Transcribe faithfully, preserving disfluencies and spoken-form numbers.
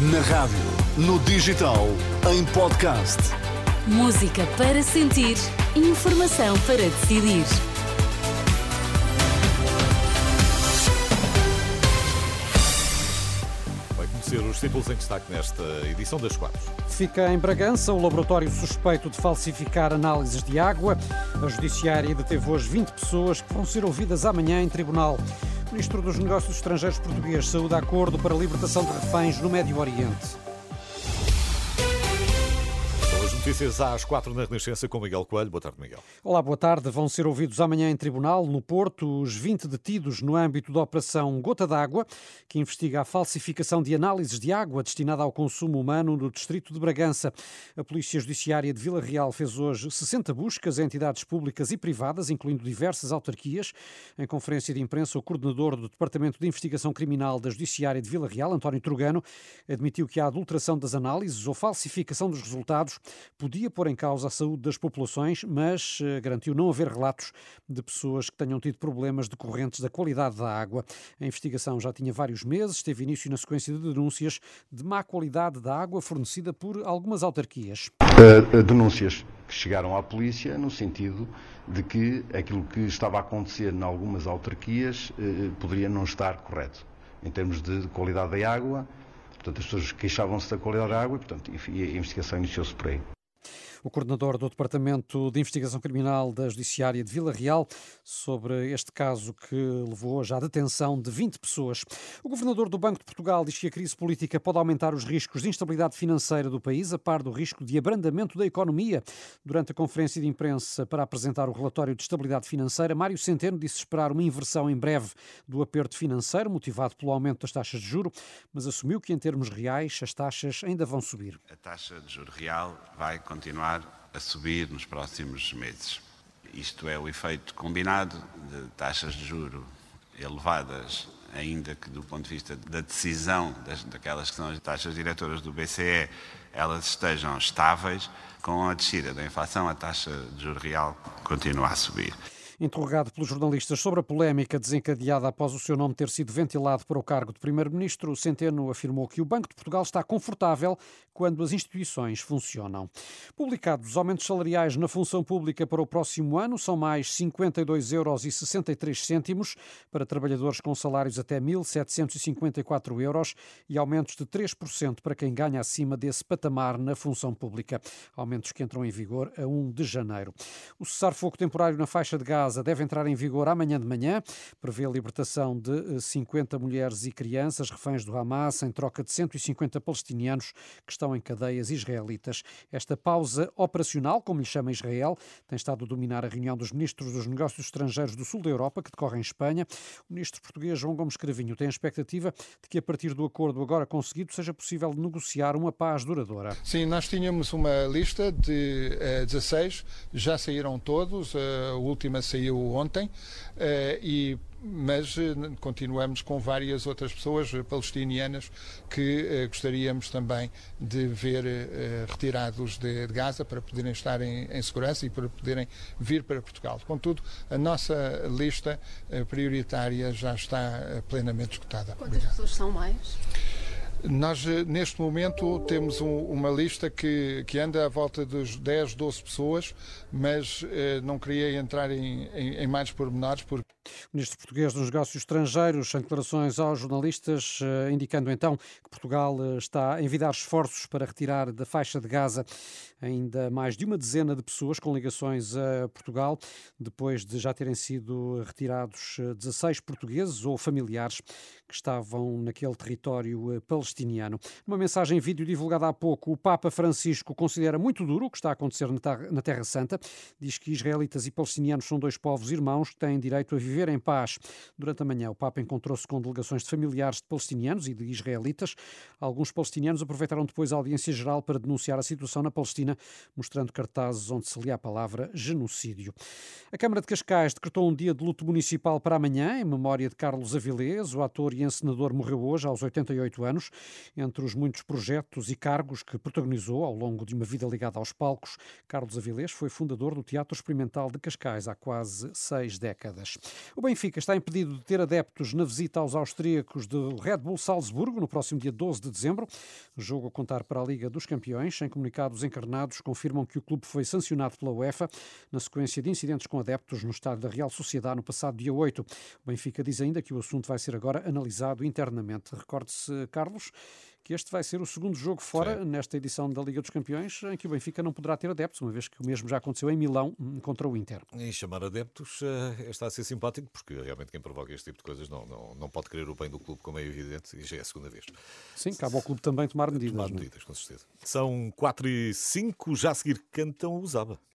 Na rádio, no digital, em podcast. Música para sentir, informação para decidir. Vai conhecer os títulos em destaque nesta edição das quatro. Fica em Bragança o laboratório suspeito de falsificar análises de água. A Judiciária deteve hoje vinte pessoas que vão ser ouvidas amanhã em tribunal. O Ministro dos Negócios Estrangeiros português saúda acordo para a libertação de reféns no Médio Oriente. Notícias às quatro na Renascença com Miguel Coelho. Boa tarde, Miguel. Olá, boa tarde. Vão ser ouvidos amanhã em tribunal, no Porto, os vinte detidos no âmbito da Operação Gota d'Água, que investiga a falsificação de análises de água destinada ao consumo humano no distrito de Bragança. A Polícia Judiciária de Vila Real fez hoje sessenta buscas a entidades públicas e privadas, incluindo diversas autarquias. Em conferência de imprensa, o coordenador do Departamento de Investigação Criminal da Judiciária de Vila Real, António Trugano, admitiu que a adulteração das análises ou falsificação dos resultados podia pôr em causa a saúde das populações, mas eh, garantiu não haver relatos de pessoas que tenham tido problemas decorrentes da qualidade da água. A investigação já tinha vários meses, teve início na sequência de denúncias de má qualidade da água fornecida por algumas autarquias. Uh, denúncias que chegaram à polícia no sentido de que aquilo que estava a acontecer em algumas autarquias uh, poderia não estar correto, em termos de qualidade da água. Portanto, as pessoas queixavam-se da qualidade da água e, portanto, a investigação iniciou-se por aí. O coordenador do Departamento de Investigação Criminal da Judiciária de Vila Real sobre este caso que levou hoje à detenção de vinte pessoas. O governador do Banco de Portugal diz que a crise política pode aumentar os riscos de instabilidade financeira do país, a par do risco de abrandamento da economia. Durante a conferência de imprensa para apresentar o relatório de estabilidade financeira, Mário Centeno disse esperar uma inversão em breve do aperto financeiro, motivado pelo aumento das taxas de juros, mas assumiu que em termos reais as taxas ainda vão subir. A taxa de juros real vai continuar a subir nos próximos meses. Isto é o efeito combinado de taxas de juro elevadas, ainda que do ponto de vista da decisão das, daquelas que são as taxas diretoras do B C E, elas estejam estáveis. Com a descida da inflação, a taxa de juro real continua a subir. Interrogado pelos jornalistas sobre a polémica desencadeada após o seu nome ter sido ventilado para o cargo de primeiro-ministro, Centeno afirmou que o Banco de Portugal está confortável quando as instituições funcionam. Publicados os aumentos salariais na função pública para o próximo ano, são mais cinquenta e dois euros e sessenta e três cêntimos para trabalhadores com salários até mil setecentos e cinquenta e quatro euros e aumentos de três por cento para quem ganha acima desse patamar na função pública. Aumentos que entram em vigor a primeiro de janeiro. O cessar-fogo temporário na faixa de Gaza deve entrar em vigor amanhã de manhã. Prevê a libertação de cinquenta mulheres e crianças, reféns do Hamas, em troca de cento e cinquenta palestinianos que estão em cadeias israelitas. Esta pausa operacional, como lhe chama Israel, tem estado a dominar a reunião dos ministros dos negócios estrangeiros do sul da Europa, que decorre em Espanha. O ministro português João Gomes Cravinho tem a expectativa de que, a partir do acordo agora conseguido, seja possível negociar uma paz duradoura. Sim, nós tínhamos uma lista de uh, dezasseis, já saíram todos, uh, a última saiu ontem, uh, e mas uh, continuamos com várias outras pessoas uh, palestinianas que uh, gostaríamos também de ver uh, retirados de, de Gaza para poderem estar em, em segurança e para poderem vir para Portugal. Contudo, a nossa lista uh, prioritária já está uh, plenamente esgotada. Quantas Obrigado. Pessoas são mais? Nós, neste momento, temos um, uma lista que, que anda à volta dos dez, doze pessoas, mas eh, não queria entrar em, em, em mais pormenores. Porque... O ministro português dos Negócios Estrangeiros, em declarações aos jornalistas, eh, indicando então que Portugal eh, está a envidar esforços para retirar da faixa de Gaza ainda mais de uma dezena de pessoas com ligações a Portugal, depois de já terem sido retirados dezasseis portugueses ou familiares que estavam naquele território palestiniano. Numa mensagem em vídeo divulgada há pouco, o Papa Francisco considera muito duro o que está a acontecer na Terra Santa. Diz que israelitas e palestinianos são dois povos irmãos que têm direito a viver em paz. Durante a manhã, o Papa encontrou-se com delegações de familiares de palestinianos e de israelitas. Alguns palestinianos aproveitaram depois a audiência geral para denunciar a situação na Palestina, mostrando cartazes onde se lia a palavra genocídio. A Câmara de Cascais decretou um dia de luto municipal para amanhã, em memória de Carlos Avilés. O ator e encenador morreu hoje, aos oitenta e oito anos. Entre os muitos projetos e cargos que protagonizou ao longo de uma vida ligada aos palcos, Carlos Avilés foi fundador do Teatro Experimental de Cascais há quase seis décadas. O Benfica está impedido de ter adeptos na visita aos austríacos do Red Bull Salzburgo no próximo dia doze de dezembro. O jogo a contar para a Liga dos Campeões. Em comunicado, os encarnados confirmam que o clube foi sancionado pela UEFA na sequência de incidentes com adeptos no estádio da Real Sociedade no passado dia oito. O Benfica diz ainda que o assunto vai ser agora analisado internamente. Recorde-se, Carlos, que este vai ser o segundo jogo fora, Sim. nesta edição da Liga dos Campeões, em que o Benfica não poderá ter adeptos, uma vez que o mesmo já aconteceu em Milão contra o Inter. E chamar adeptos uh, está a ser simpático, porque realmente quem provoca este tipo de coisas não, não, não pode querer o bem do clube, como é evidente, e já é a segunda vez. Sim, cabe ao clube também tomar medidas. Tomar medidas, com certeza. São quatro e cinco, já a seguir cantam o Zaba.